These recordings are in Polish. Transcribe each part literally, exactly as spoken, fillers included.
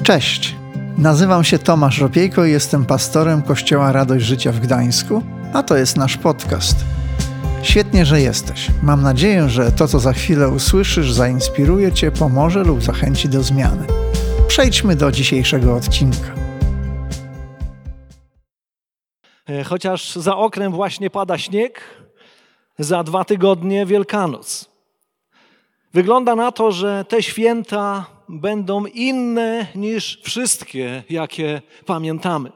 Cześć, nazywam się Tomasz Ropiejko i jestem pastorem Kościoła Radość Życia w Gdańsku, a to jest nasz podcast. Świetnie, że jesteś. Mam nadzieję, że to, co za chwilę usłyszysz, zainspiruje Cię, pomoże lub zachęci do zmiany. Przejdźmy do dzisiejszego odcinka. Chociaż za oknem właśnie pada śnieg, za dwa tygodnie Wielkanoc. Wygląda na to, że te święta będą inne niż wszystkie, jakie pamiętamy.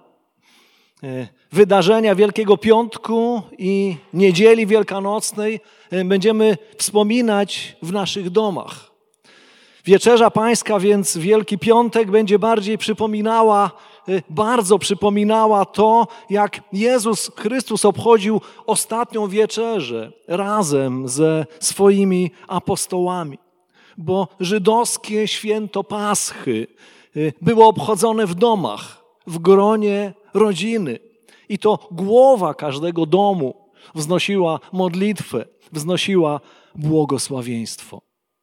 Wydarzenia Wielkiego Piątku i Niedzieli Wielkanocnej będziemy wspominać w naszych domach. Wieczerza Pańska, więc Wielki Piątek będzie bardziej przypominała, bardzo przypominała to, jak Jezus Chrystus obchodził ostatnią wieczerzę razem ze swoimi apostołami. Bo żydowskie święto Paschy było obchodzone w domach, w gronie rodziny. I to głowa każdego domu wznosiła modlitwę, wznosiła błogosławieństwo.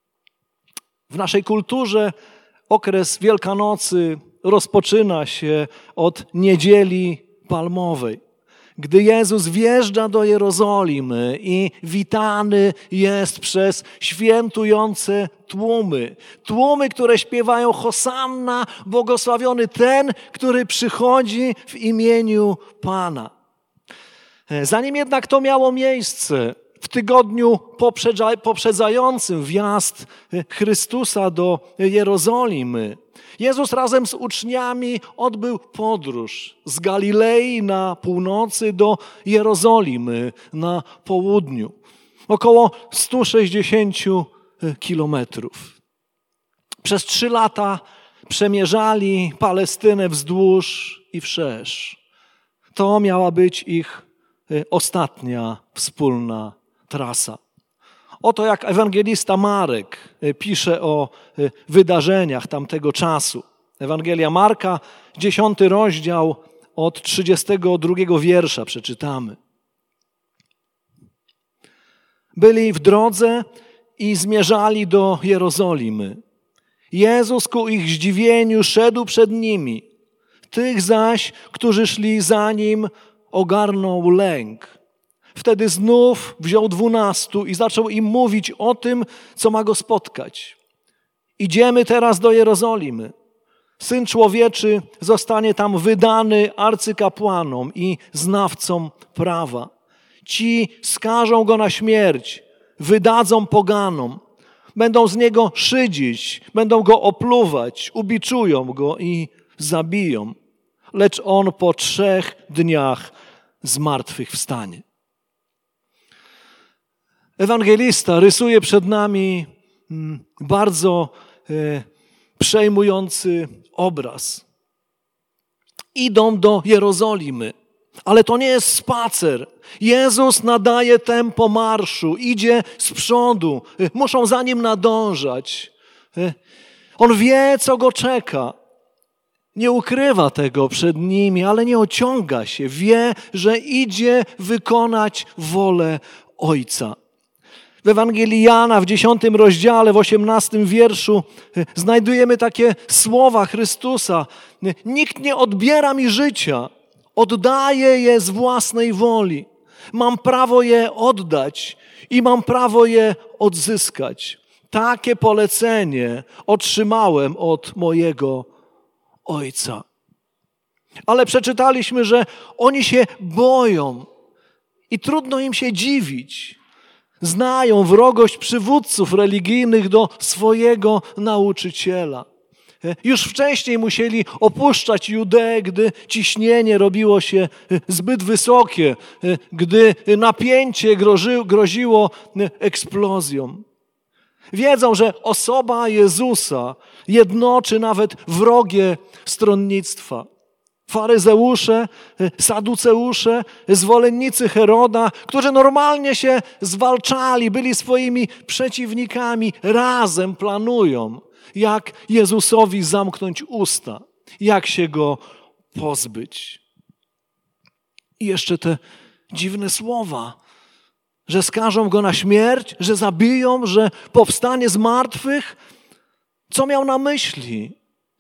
W naszej kulturze okres Wielkanocy rozpoczyna się od Niedzieli Palmowej, gdy Jezus wjeżdża do Jerozolimy i witany jest przez świętujące tłumy. Tłumy, które śpiewają Hosanna, błogosławiony ten, który przychodzi w imieniu Pana. Zanim jednak to miało miejsce, w tygodniu poprzedzającym wjazd Chrystusa do Jerozolimy, Jezus razem z uczniami odbył podróż z Galilei na północy do Jerozolimy na południu. Około sto sześćdziesiąt kilometrów. Przez trzy lata przemierzali Palestynę wzdłuż i wszerz. To miała być ich ostatnia wspólna trasa. Oto jak ewangelista Marek pisze o wydarzeniach tamtego czasu. Ewangelia Marka, dziesiąty rozdział, od trzydziestego drugiego wiersza przeczytamy. Byli w drodze i zmierzali do Jerozolimy. Jezus ku ich zdziwieniu szedł przed nimi. Tych zaś, którzy szli za nim, ogarnął lęk. Wtedy znów wziął dwunastu i zaczął im mówić o tym, co ma go spotkać. Idziemy teraz do Jerozolimy. Syn Człowieczy zostanie tam wydany arcykapłanom i znawcom prawa. Ci skażą go na śmierć, wydadzą poganom. Będą z niego szydzić, będą go opluwać, ubiczują go i zabiją. Lecz on po trzech dniach zmartwychwstanie. Ewangelista rysuje przed nami bardzo przejmujący obraz. Idą do Jerozolimy, ale to nie jest spacer. Jezus nadaje tempo marszu, idzie z przodu, muszą za nim nadążać. On wie, co go czeka. Nie ukrywa tego przed nimi, ale nie ociąga się. Wie, że idzie wykonać wolę Ojca. W Ewangelii Jana w dziesiątym rozdziale, w osiemnastym wierszu znajdujemy takie słowa Chrystusa. Nikt nie odbiera mi życia, oddaję je z własnej woli. Mam prawo je oddać i mam prawo je odzyskać. Takie polecenie otrzymałem od mojego Ojca. Ale przeczytaliśmy, że oni się boją i trudno im się dziwić. Znają wrogość przywódców religijnych do swojego nauczyciela. Już wcześniej musieli opuszczać Judeę, gdy ciśnienie robiło się zbyt wysokie, gdy napięcie grozi, groziło eksplozją. Wiedzą, że osoba Jezusa jednoczy nawet wrogie stronnictwa. Faryzeusze, saduceusze, zwolennicy Heroda, którzy normalnie się zwalczali, byli swoimi przeciwnikami, razem planują, jak Jezusowi zamknąć usta, jak się go pozbyć. I jeszcze te dziwne słowa, że skażą go na śmierć, że zabiją, że powstanie z martwych. Co miał na myśli?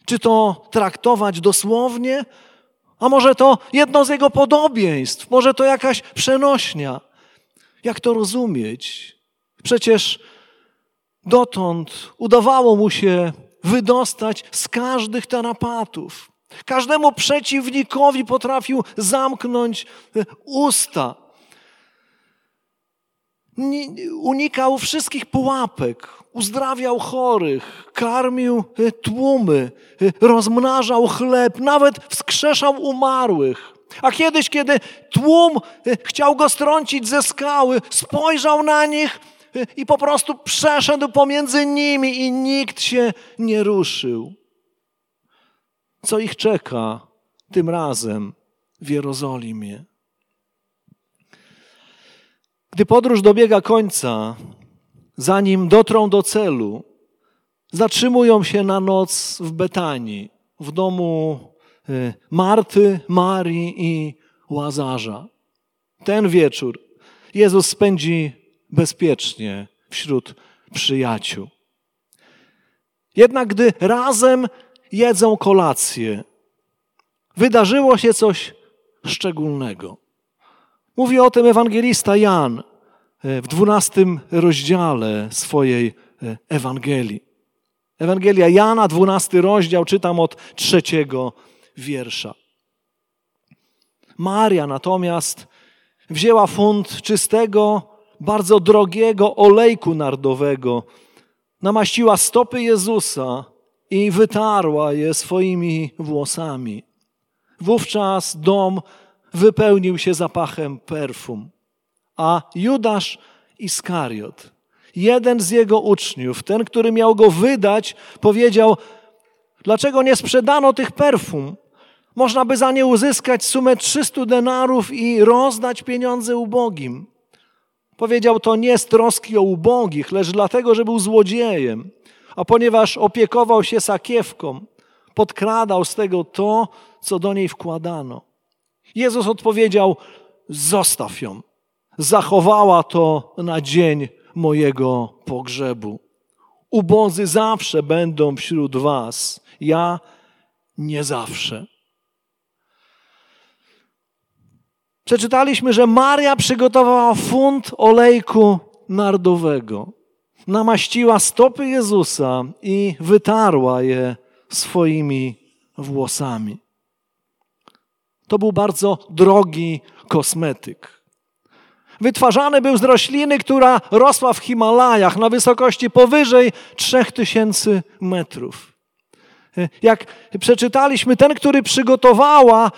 Czy to traktować dosłownie? A może to jedno z jego podobieństw? Może to jakaś przenośnia? Jak to rozumieć? Przecież dotąd udawało mu się wydostać z każdych tarapatów. Każdemu przeciwnikowi potrafił zamknąć usta. Unikał wszystkich pułapek, uzdrawiał chorych, karmił tłumy, rozmnażał chleb, nawet wskrzeszał umarłych. A kiedyś, kiedy tłum chciał go strącić ze skały, spojrzał na nich i po prostu przeszedł pomiędzy nimi i nikt się nie ruszył. Co ich czeka tym razem w Jerozolimie? Gdy podróż dobiega końca, zanim dotrą do celu, zatrzymują się na noc w Betanii, w domu Marty, Marii i Łazarza. Ten wieczór Jezus spędzi bezpiecznie wśród przyjaciół. Jednak gdy razem jedzą kolację, wydarzyło się coś szczególnego. Mówi o tym ewangelista Jan w dwunastym rozdziale swojej Ewangelii. Ewangelia Jana, dwunasty rozdział, czytam od trzeciego wiersza. Maria natomiast wzięła funt czystego, bardzo drogiego olejku nardowego, namaściła stopy Jezusa i wytarła je swoimi włosami. Wówczas dom wypełnił się zapachem perfum. A Judasz Iskariot, jeden z jego uczniów, ten, który miał go wydać, powiedział: dlaczego nie sprzedano tych perfum? Można by za nie uzyskać sumę trzystu denarów i rozdać pieniądze ubogim. Powiedział to nie z troski o ubogich, lecz dlatego, że był złodziejem. A ponieważ opiekował się sakiewką, podkradał z tego to, co do niej wkładano. Jezus odpowiedział: zostaw ją. Zachowała to na dzień mojego pogrzebu. Ubodzy zawsze będą wśród was, ja nie zawsze. Przeczytaliśmy, że Maria przygotowała funt olejku nardowego. Namaściła stopy Jezusa i wytarła je swoimi włosami. To był bardzo drogi kosmetyk. Wytwarzany był z rośliny, która rosła w Himalajach na wysokości powyżej trzech tysięcy metrów. Jak przeczytaliśmy, ten, który przygotowała,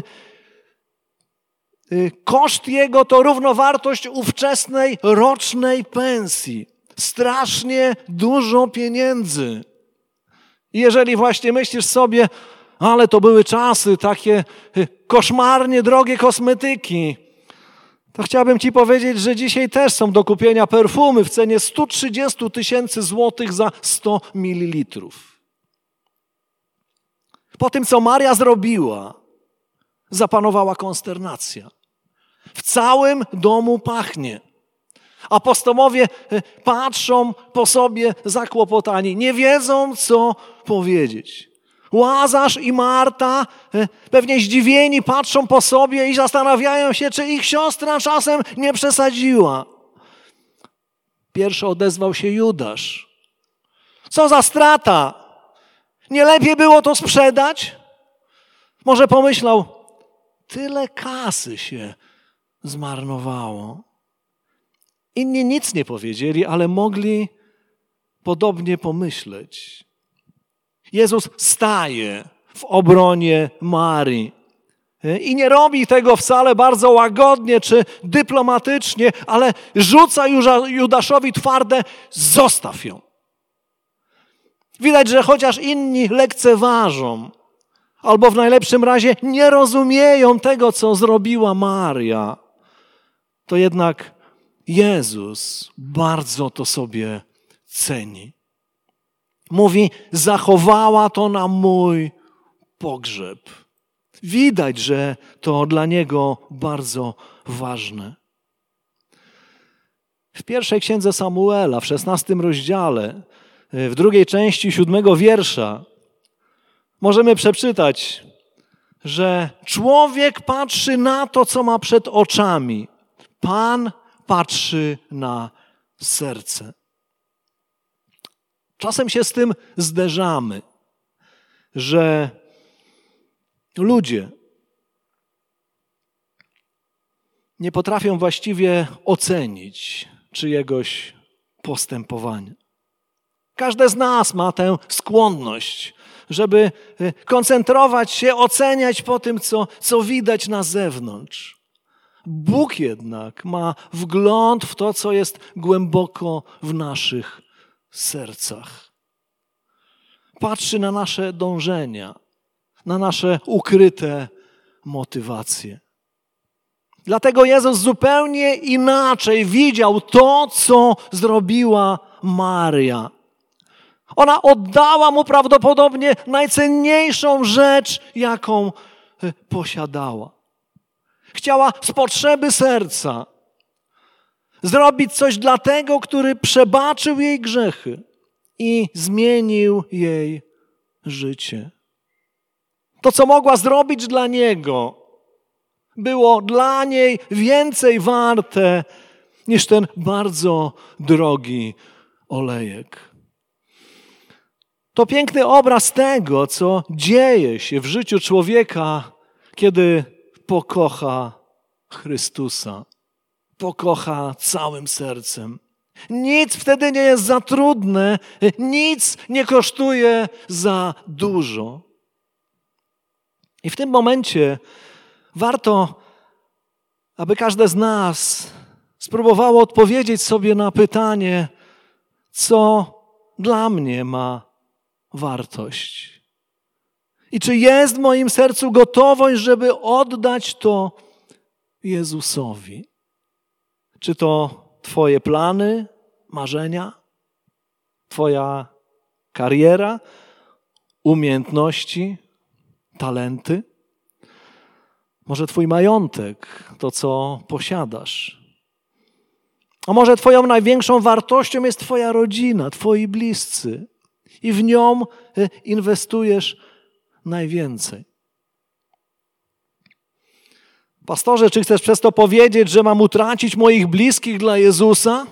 koszt jego to równowartość ówczesnej rocznej pensji. Strasznie dużo pieniędzy. I jeżeli właśnie myślisz sobie, ale to były czasy, takie koszmarnie drogie kosmetyki, to chciałbym ci powiedzieć, że dzisiaj też są do kupienia perfumy w cenie sto trzydzieści tysięcy złotych za sto mililitrów. Po tym, co Maria zrobiła, zapanowała konsternacja. W całym domu pachnie. Apostołowie patrzą po sobie zakłopotani, nie wiedzą, co powiedzieć. Łazarz i Marta, pewnie zdziwieni, patrzą po sobie i zastanawiają się, czy ich siostra czasem nie przesadziła. Pierwszy odezwał się Judasz. Co za strata! Nie lepiej było to sprzedać? Może pomyślał, tyle kasy się zmarnowało. Inni nic nie powiedzieli, ale mogli podobnie pomyśleć. Jezus staje w obronie Marii. I nie robi tego wcale bardzo łagodnie czy dyplomatycznie, ale rzuca Judaszowi twarde: zostaw ją. Widać, że chociaż inni lekceważą, albo w najlepszym razie nie rozumieją tego, co zrobiła Maria, to jednak Jezus bardzo to sobie ceni. Mówi: zachowała to na mój pogrzeb. Widać, że to dla Niego bardzo ważne. W pierwszej księdze Samuela, w szesnastym rozdziale, w drugiej części siódmego wiersza, możemy przeczytać, że człowiek patrzy na to, co ma przed oczami. Pan patrzy na serce. Czasem się z tym zderzamy, że ludzie nie potrafią właściwie ocenić czyjegoś postępowania. Każdy z nas ma tę skłonność, żeby koncentrować się, oceniać po tym, co, co widać na zewnątrz. Bóg jednak ma wgląd w to, co jest głęboko w naszych sercach. Patrzy na nasze dążenia, na nasze ukryte motywacje. Dlatego Jezus zupełnie inaczej widział to, co zrobiła Maria. Ona oddała mu prawdopodobnie najcenniejszą rzecz, jaką posiadała. Chciała z potrzeby serca zrobić coś dla tego, który przebaczył jej grzechy i zmienił jej życie. To, co mogła zrobić dla niego, było dla niej więcej warte niż ten bardzo drogi olejek. To piękny obraz tego, co dzieje się w życiu człowieka, kiedy pokocha Chrystusa. Pokocha całym sercem. Nic wtedy nie jest za trudne, nic nie kosztuje za dużo. I w tym momencie warto, aby każde z nas spróbowało odpowiedzieć sobie na pytanie, co dla mnie ma wartość. I czy jest w moim sercu gotowość, żeby oddać to Jezusowi? Czy to Twoje plany, marzenia, Twoja kariera, umiejętności, talenty? Może Twój majątek, to co posiadasz? A może Twoją największą wartością jest Twoja rodzina, Twoi bliscy i w nią inwestujesz najwięcej? Pastorze, czy chcesz przez to powiedzieć, że mam utracić moich bliskich dla Jezusa?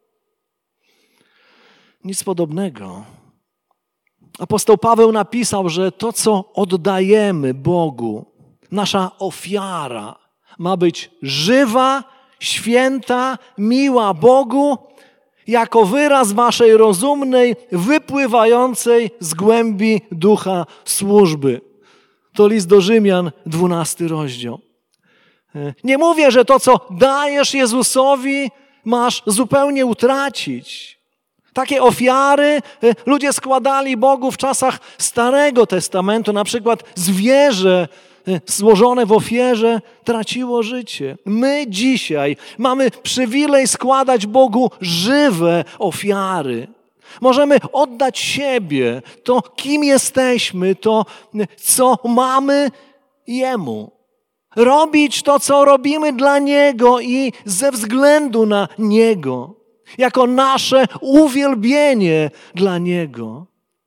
Nic podobnego. Apostoł Paweł napisał, że to, co oddajemy Bogu, nasza ofiara, ma być żywa, święta, miła Bogu, jako wyraz waszej rozumnej, wypływającej z głębi ducha służby. To list do Rzymian, dwunasty rozdział. Nie mówię, że to, co dajesz Jezusowi, masz zupełnie utracić. Takie ofiary ludzie składali Bogu w czasach Starego Testamentu. Na przykład zwierzę złożone w ofierze traciło życie. My dzisiaj mamy przywilej składać Bogu żywe ofiary. Możemy oddać siebie, to kim jesteśmy, to co mamy Jemu. Robić to, co robimy dla Niego i ze względu na Niego. Jako nasze uwielbienie dla Niego.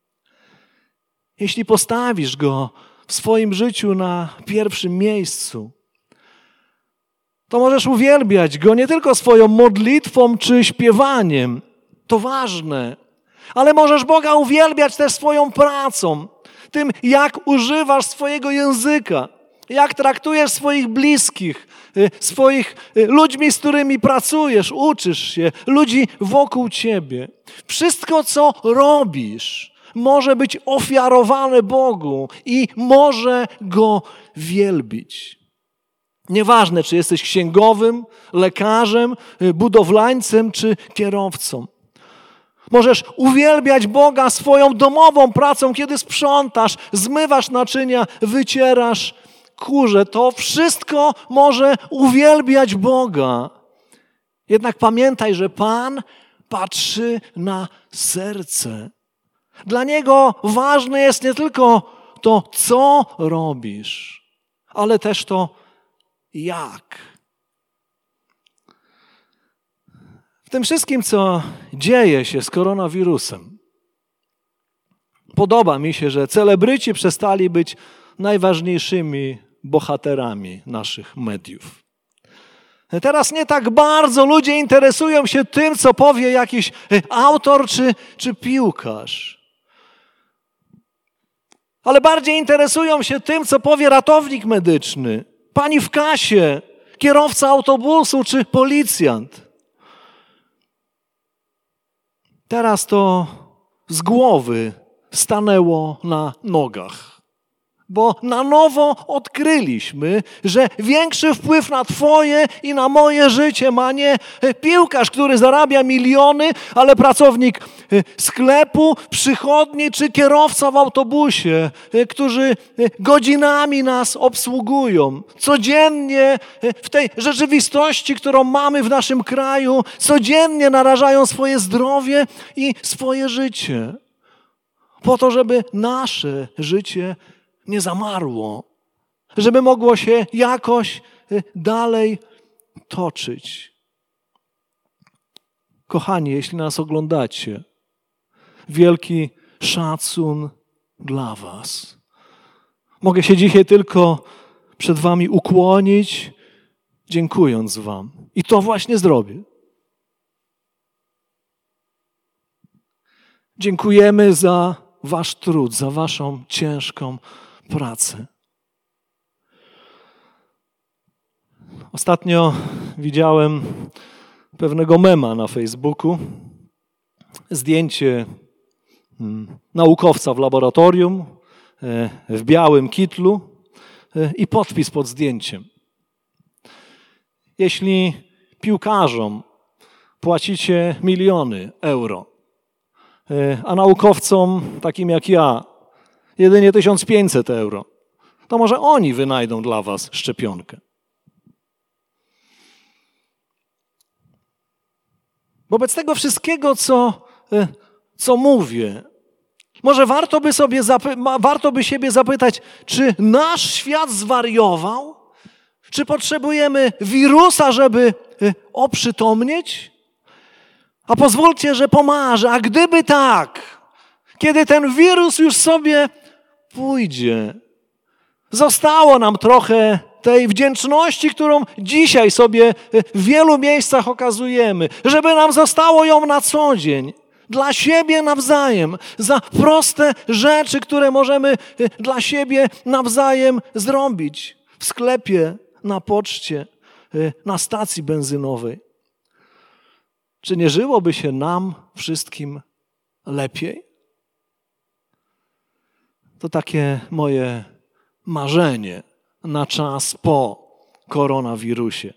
Jeśli postawisz Go w swoim życiu na pierwszym miejscu, to możesz uwielbiać Go nie tylko swoją modlitwą czy śpiewaniem. To ważne. Ale możesz Boga uwielbiać też swoją pracą. Tym, jak używasz swojego języka. Jak traktujesz swoich bliskich, swoich ludźmi, z którymi pracujesz, uczysz się, ludzi wokół ciebie. Wszystko, co robisz, może być ofiarowane Bogu i może Go wielbić. Nieważne, czy jesteś księgowym, lekarzem, budowlańcem czy kierowcą. Możesz uwielbiać Boga swoją domową pracą, kiedy sprzątasz, zmywasz naczynia, wycierasz kurze. To wszystko może uwielbiać Boga. Jednak pamiętaj, że Pan patrzy na serce. Dla Niego ważne jest nie tylko to, co robisz, ale też to, jak. W tym wszystkim, co dzieje się z koronawirusem, Podoba mi się, że celebryci przestali być najważniejszymi bohaterami naszych mediów. Teraz nie tak bardzo ludzie interesują się tym, co powie jakiś autor czy, czy piłkarz. Ale bardziej interesują się tym, co powie ratownik medyczny, pani w kasie, kierowca autobusu czy policjant. Teraz to z głowy stanęło na nogach. Bo na nowo odkryliśmy, że większy wpływ na twoje i na moje życie ma nie piłkarz, który zarabia miliony, ale pracownik sklepu, przychodni czy kierowca w autobusie, którzy godzinami nas obsługują. Codziennie w tej rzeczywistości, którą mamy w naszym kraju, codziennie narażają swoje zdrowie i swoje życie. Po to, żeby nasze życie nie zamarło, żeby mogło się jakoś dalej toczyć. Kochani, jeśli nas oglądacie, wielki szacun dla was. Mogę się dzisiaj tylko przed wami ukłonić, dziękując wam. I to właśnie zrobię. Dziękujemy za wasz trud, za waszą ciężką pracę. Ostatnio widziałem pewnego mema na Facebooku. Zdjęcie naukowca w laboratorium w białym kitlu i podpis pod zdjęciem. Jeśli piłkarzom płacicie miliony euro, a naukowcom takim jak ja jedynie tysiąc pięćset euro, to może oni wynajdą dla was szczepionkę. Wobec tego wszystkiego, co, co mówię, może warto by, sobie zapy- warto by siebie zapytać, czy nasz świat zwariował? Czy potrzebujemy wirusa, żeby oprzytomnieć? A pozwólcie, że pomarzę. A gdyby tak, kiedy ten wirus już sobie pójdzie, zostało nam trochę tej wdzięczności, którą dzisiaj sobie w wielu miejscach okazujemy, żeby nam zostało ją na co dzień, dla siebie nawzajem, za proste rzeczy, które możemy dla siebie nawzajem zrobić w sklepie, na poczcie, na stacji benzynowej. Czy nie żyłoby się nam wszystkim lepiej? To takie moje marzenie na czas po koronawirusie.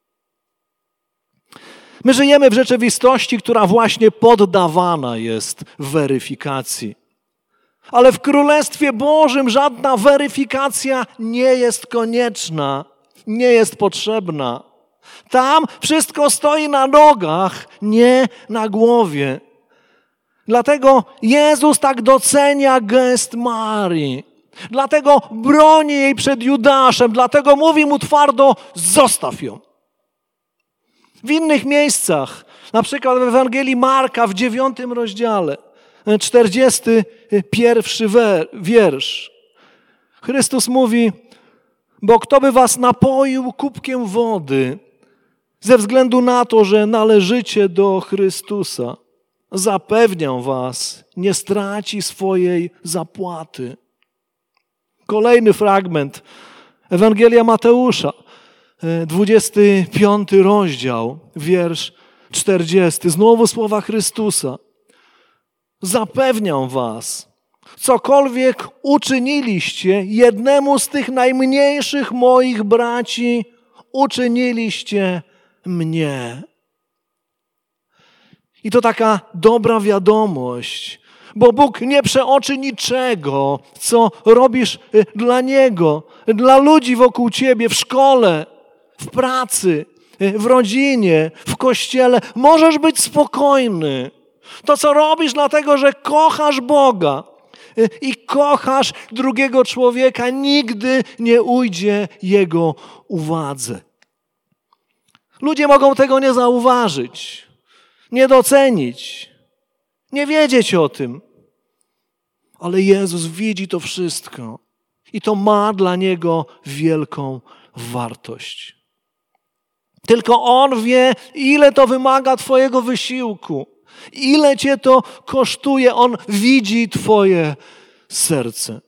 My żyjemy w rzeczywistości, która właśnie poddawana jest weryfikacji. Ale w Królestwie Bożym żadna weryfikacja nie jest konieczna, nie jest potrzebna. Tam wszystko stoi na nogach, nie na głowie. Dlatego Jezus tak docenia gest Marii. Dlatego broni jej przed Judaszem. Dlatego mówi mu twardo, zostaw ją. W innych miejscach, na przykład w Ewangelii Marka w dziewiątym rozdziale, czterdziesty pierwszy wiersz. Chrystus mówi, bo kto by was napoił kubkiem wody, ze względu na to, że należycie do Chrystusa, zapewniam was, nie straci swojej zapłaty. Kolejny fragment, Ewangelia Mateusza, dwudziesty piąty rozdział, wiersz czterdziesty. Znowu słowa Chrystusa. Zapewniam was, cokolwiek uczyniliście jednemu z tych najmniejszych moich braci, uczyniliście mnie. I to taka dobra wiadomość, bo Bóg nie przeoczy niczego, co robisz dla Niego, dla ludzi wokół ciebie, w szkole, w pracy, w rodzinie, w kościele. Możesz być spokojny. To, co robisz, dlatego, że kochasz Boga i kochasz drugiego człowieka, nigdy nie ujdzie Jego uwadze. Ludzie mogą tego nie zauważyć, nie docenić, nie wiedzieć o tym. Ale Jezus widzi to wszystko i to ma dla Niego wielką wartość. Tylko On wie, ile to wymaga Twojego wysiłku, ile Cię to kosztuje. On widzi Twoje serce.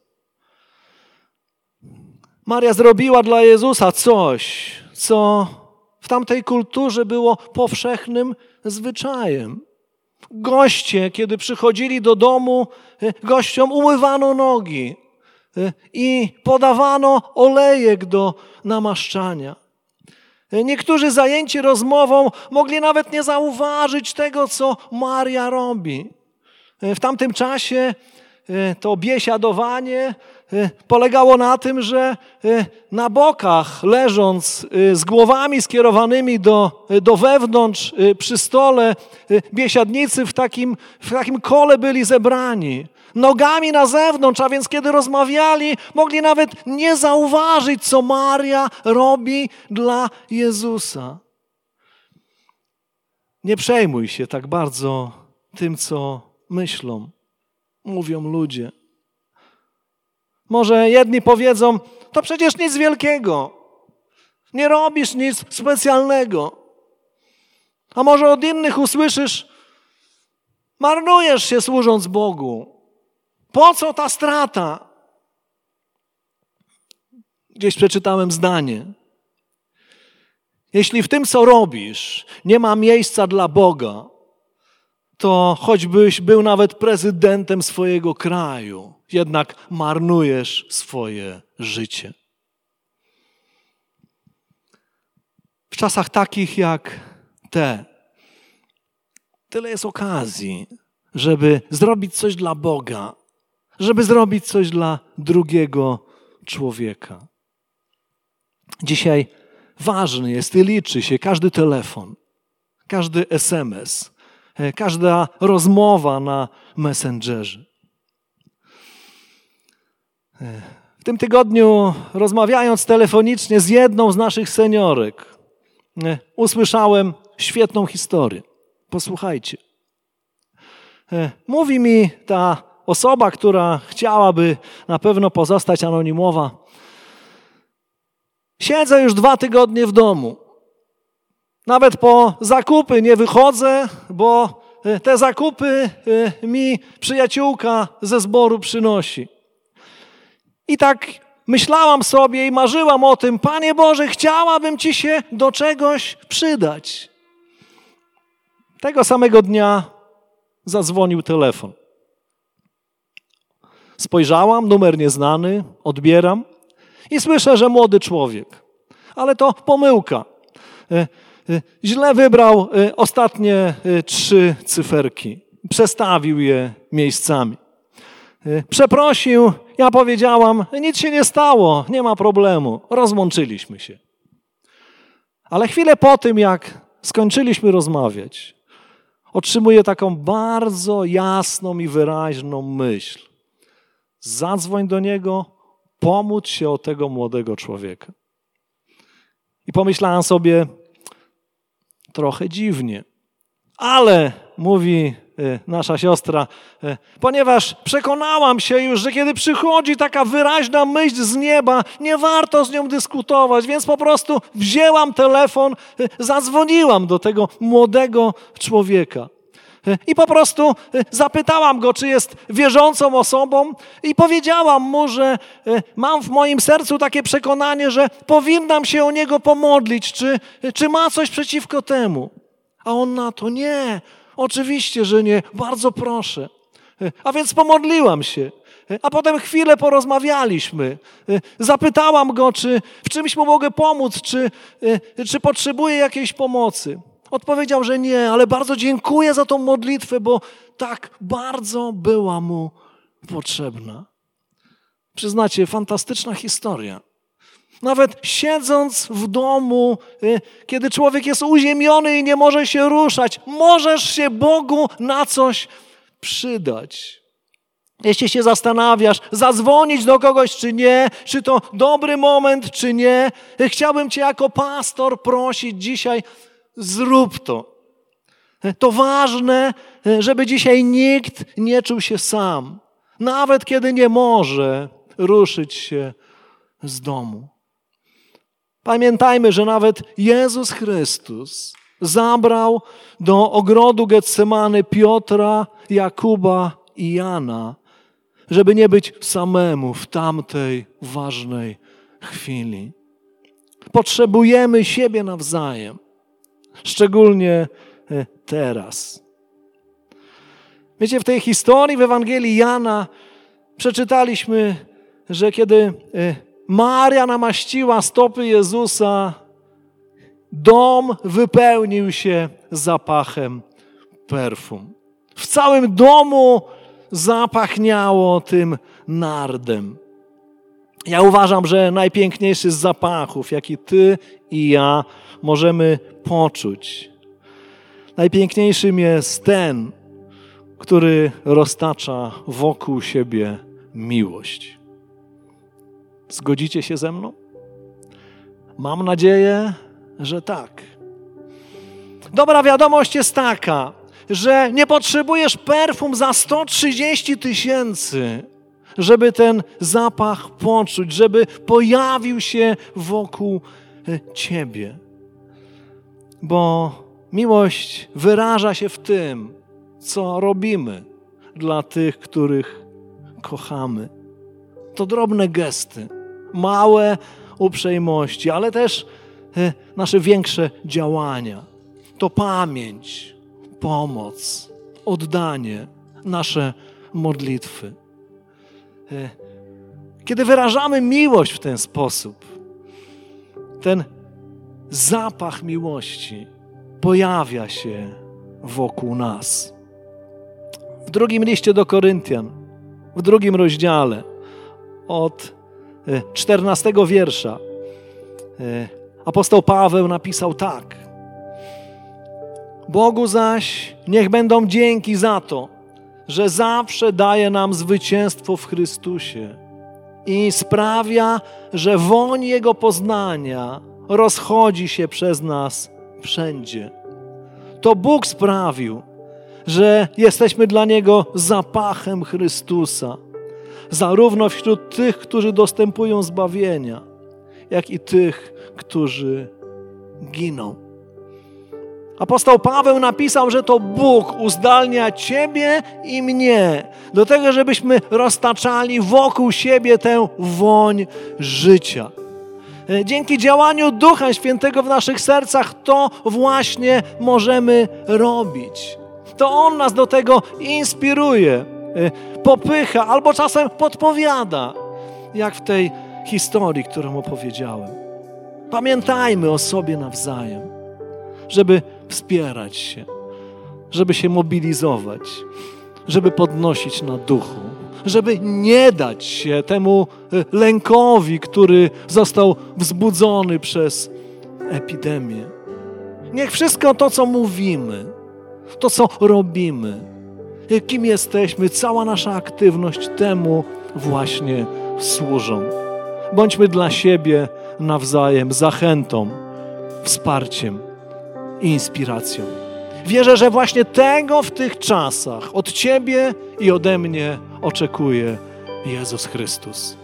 Maria zrobiła dla Jezusa coś, co w tamtej kulturze było powszechnym zwyczajem. Goście, kiedy przychodzili do domu, gościom umywano nogi i podawano olejek do namaszczania. Niektórzy zajęci rozmową mogli nawet nie zauważyć tego, co Maria robi. W tamtym czasie to biesiadowanie polegało na tym, że na bokach, leżąc z głowami skierowanymi do, do wewnątrz przy stole, biesiadnicy w takim, w takim kole byli zebrani. Nogami na zewnątrz, a więc kiedy rozmawiali, mogli nawet nie zauważyć, co Maria robi dla Jezusa. Nie przejmuj się tak bardzo tym, co myślą, mówią ludzie. Może jedni powiedzą, to przecież nic wielkiego, nie robisz nic specjalnego. A może od innych usłyszysz, marnujesz się służąc Bogu. Po co ta strata? Gdzieś przeczytałem zdanie. Jeśli w tym, co robisz, nie ma miejsca dla Boga, to choćbyś był nawet prezydentem swojego kraju, jednak marnujesz swoje życie. W czasach takich jak te, tyle jest okazji, żeby zrobić coś dla Boga, żeby zrobić coś dla drugiego człowieka. Dzisiaj ważny jest i liczy się każdy telefon, każdy es em es, każda rozmowa na Messengerze. W tym tygodniu, rozmawiając telefonicznie z jedną z naszych seniorek, usłyszałem świetną historię. Posłuchajcie. Mówi mi ta osoba, która chciałaby na pewno pozostać anonimowa. Siedzę już dwa tygodnie w domu. Nawet po zakupy nie wychodzę, bo te zakupy mi przyjaciółka ze zboru przynosi. I tak myślałam sobie i marzyłam o tym, Panie Boże, chciałabym Ci się do czegoś przydać. Tego samego dnia zadzwonił telefon. Spojrzałam, numer nieznany, odbieram i słyszę, że młody człowiek. Ale to pomyłka. Źle wybrał ostatnie trzy cyferki. Przestawił je miejscami. Przeprosił, ja powiedziałam, nic się nie stało, nie ma problemu. Rozłączyliśmy się. Ale chwilę po tym, jak skończyliśmy rozmawiać, otrzymuję taką bardzo jasną i wyraźną myśl. Zadzwoń do niego, pomódl się o tego młodego człowieka. I pomyślałam sobie, trochę dziwnie, ale mówi nasza siostra, ponieważ przekonałam się już, że kiedy przychodzi taka wyraźna myśl z nieba, nie warto z nią dyskutować, więc po prostu wzięłam telefon, zadzwoniłam do tego młodego człowieka. I po prostu zapytałam go, czy jest wierzącą osobą i powiedziałam mu, że mam w moim sercu takie przekonanie, że powinnam się o niego pomodlić, czy, czy ma coś przeciwko temu. A on na to, nie, oczywiście, że nie, bardzo proszę. A więc pomodliłam się. A potem chwilę porozmawialiśmy. Zapytałam go, czy w czymś mu mogę pomóc, czy, czy potrzebuje jakiejś pomocy. Odpowiedział, że nie, ale bardzo dziękuję za tą modlitwę, bo tak bardzo była mu potrzebna. Przyznacie, fantastyczna historia. Nawet siedząc w domu, kiedy człowiek jest uziemiony i nie może się ruszać, możesz się Bogu na coś przydać. Jeśli się zastanawiasz, zadzwonić do kogoś czy nie, czy to dobry moment czy nie, chciałbym Cię jako pastor prosić dzisiaj, zrób to. To ważne, żeby dzisiaj nikt nie czuł się sam. nawet kiedy nie może ruszyć się z domu. Pamiętajmy, że nawet Jezus Chrystus zabrał do ogrodu Getsemany Piotra, Jakuba i Jana, żeby nie być samemu w tamtej ważnej chwili. Potrzebujemy siebie nawzajem, szczególnie teraz. Wiecie, w tej historii w Ewangelii Jana przeczytaliśmy, że kiedy Maria namaściła stopy Jezusa, dom wypełnił się zapachem perfum. W całym domu zapachniało tym nardem. Ja uważam, że najpiękniejszy z zapachów, jaki ty i ja możemy poczuć, najpiękniejszym jest ten, który roztacza wokół siebie miłość. Zgodzicie się ze mną? Mam nadzieję, że tak. Dobra wiadomość jest taka, że nie potrzebujesz perfum za sto trzydzieści tysięcy, żeby ten zapach poczuć, żeby pojawił się wokół ciebie. Bo miłość wyraża się w tym, co robimy dla tych, których kochamy. To drobne gesty, małe uprzejmości, ale też nasze większe działania. To pamięć, pomoc, oddanie, nasze modlitwy. Kiedy wyrażamy miłość w ten sposób, ten zapach miłości pojawia się wokół nas. W drugim liście do Koryntian, w drugim rozdziale, od czternastego wiersza, apostoł Paweł napisał tak. Bogu zaś niech będą dzięki za to, że zawsze daje nam zwycięstwo w Chrystusie i sprawia, że woń Jego poznania rozchodzi się przez nas wszędzie. To Bóg sprawił, że jesteśmy dla Niego zapachem Chrystusa, zarówno wśród tych, którzy dostępują zbawienia, jak i tych, którzy giną. Apostoł Paweł napisał, że to Bóg uzdalnia ciebie i mnie do tego, żebyśmy roztaczali wokół siebie tę woń życia. Dzięki działaniu Ducha Świętego w naszych sercach to właśnie możemy robić. To On nas do tego inspiruje, popycha albo czasem podpowiada, jak w tej historii, którą opowiedziałem. Pamiętajmy o sobie nawzajem, żeby wspierać się, żeby się mobilizować, żeby podnosić na duchu, żeby nie dać się temu lękowi, który został wzbudzony przez epidemię. Niech wszystko to, co mówimy, to, co robimy, kim jesteśmy, cała nasza aktywność temu właśnie służą. Bądźmy dla siebie nawzajem zachętą, wsparciem i inspiracją. Wierzę, że właśnie tego w tych czasach od ciebie i ode mnie oczekuje Jezus Chrystus.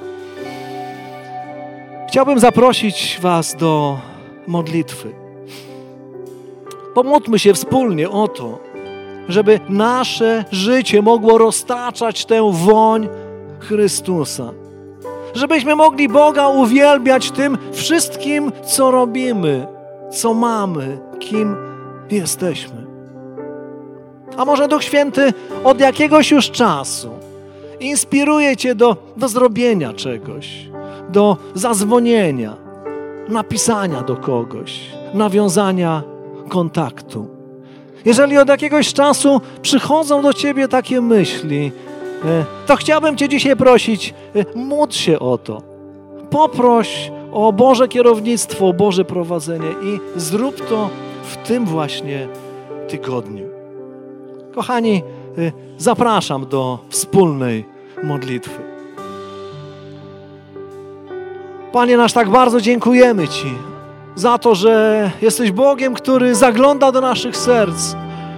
Chciałbym zaprosić was do modlitwy. Pomódlmy się wspólnie o to, żeby nasze życie mogło roztaczać tę woń Chrystusa. Żebyśmy mogli Boga uwielbiać tym wszystkim, co robimy, co mamy, kim jesteśmy. A może Duch Święty od jakiegoś już czasu inspiruje cię do, do zrobienia czegoś, do zadzwonienia, napisania do kogoś, nawiązania kontaktu. Jeżeli od jakiegoś czasu przychodzą do ciebie takie myśli, to chciałbym cię dzisiaj prosić, módl się o to. Poproś o Boże kierownictwo, o Boże prowadzenie i zrób to w tym właśnie tygodniu. Kochani, zapraszam do wspólnej modlitwy. Panie nasz, tak bardzo dziękujemy Ci za to, że jesteś Bogiem, który zagląda do naszych serc,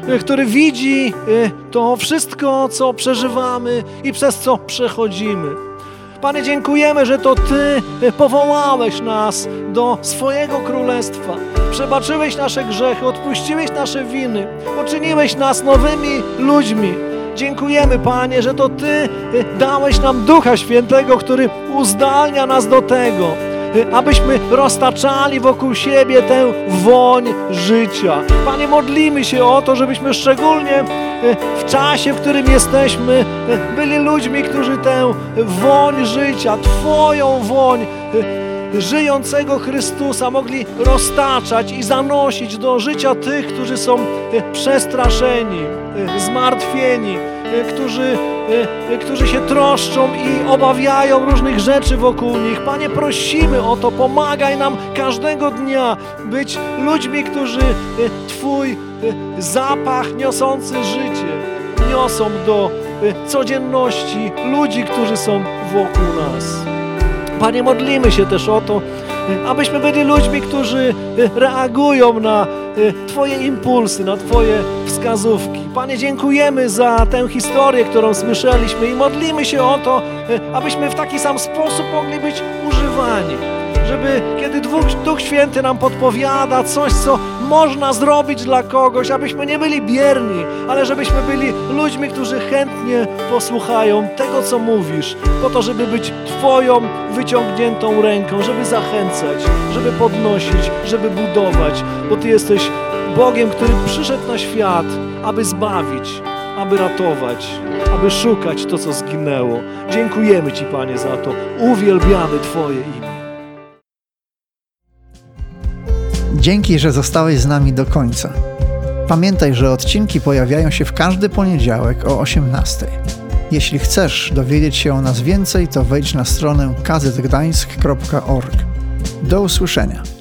który widzi to wszystko, co przeżywamy i przez co przechodzimy. Panie, dziękujemy, że to Ty powołałeś nas do swojego królestwa. Przebaczyłeś nasze grzechy, odpuściłeś nasze winy, uczyniłeś nas nowymi ludźmi. Dziękujemy, Panie, że to Ty dałeś nam Ducha Świętego, który uzdalnia nas do tego, abyśmy roztaczali wokół siebie tę woń życia. Panie, modlimy się o to, żebyśmy szczególnie w czasie, w którym jesteśmy, byli ludźmi, którzy tę woń życia, Twoją woń żyjącego Chrystusa mogli roztaczać i zanosić do życia tych, którzy są przestraszeni, zmartwieni, którzy, którzy się troszczą i obawiają różnych rzeczy wokół nich. Panie, prosimy o to, pomagaj nam każdego dnia być ludźmi, którzy Twój zapach niosący życie niosą do codzienności ludzi, którzy są wokół nas. Panie, modlimy się też o to, abyśmy byli ludźmi, którzy reagują na Twoje impulsy, na Twoje wskazówki. Panie, dziękujemy za tę historię, którą słyszeliśmy i modlimy się o to, abyśmy w taki sam sposób mogli być używani. Żeby kiedy Duch Święty nam podpowiada coś, co można zrobić dla kogoś, abyśmy nie byli bierni, ale żebyśmy byli ludźmi, którzy chętnie posłuchają tego, co mówisz, po to, żeby być Twoją wyciągniętą ręką, żeby zachęcać, żeby podnosić, żeby budować, bo Ty jesteś Bogiem, który przyszedł na świat, aby zbawić, aby ratować, aby szukać to, co zginęło. Dziękujemy Ci, Panie, za to. Uwielbiamy Twoje imię. Dzięki, że zostałeś z nami do końca. Pamiętaj, że odcinki pojawiają się w każdy poniedziałek o osiemnastej. Jeśli chcesz dowiedzieć się o nas więcej, to wejdź na stronę kazetgdańsk kropka org. Do usłyszenia.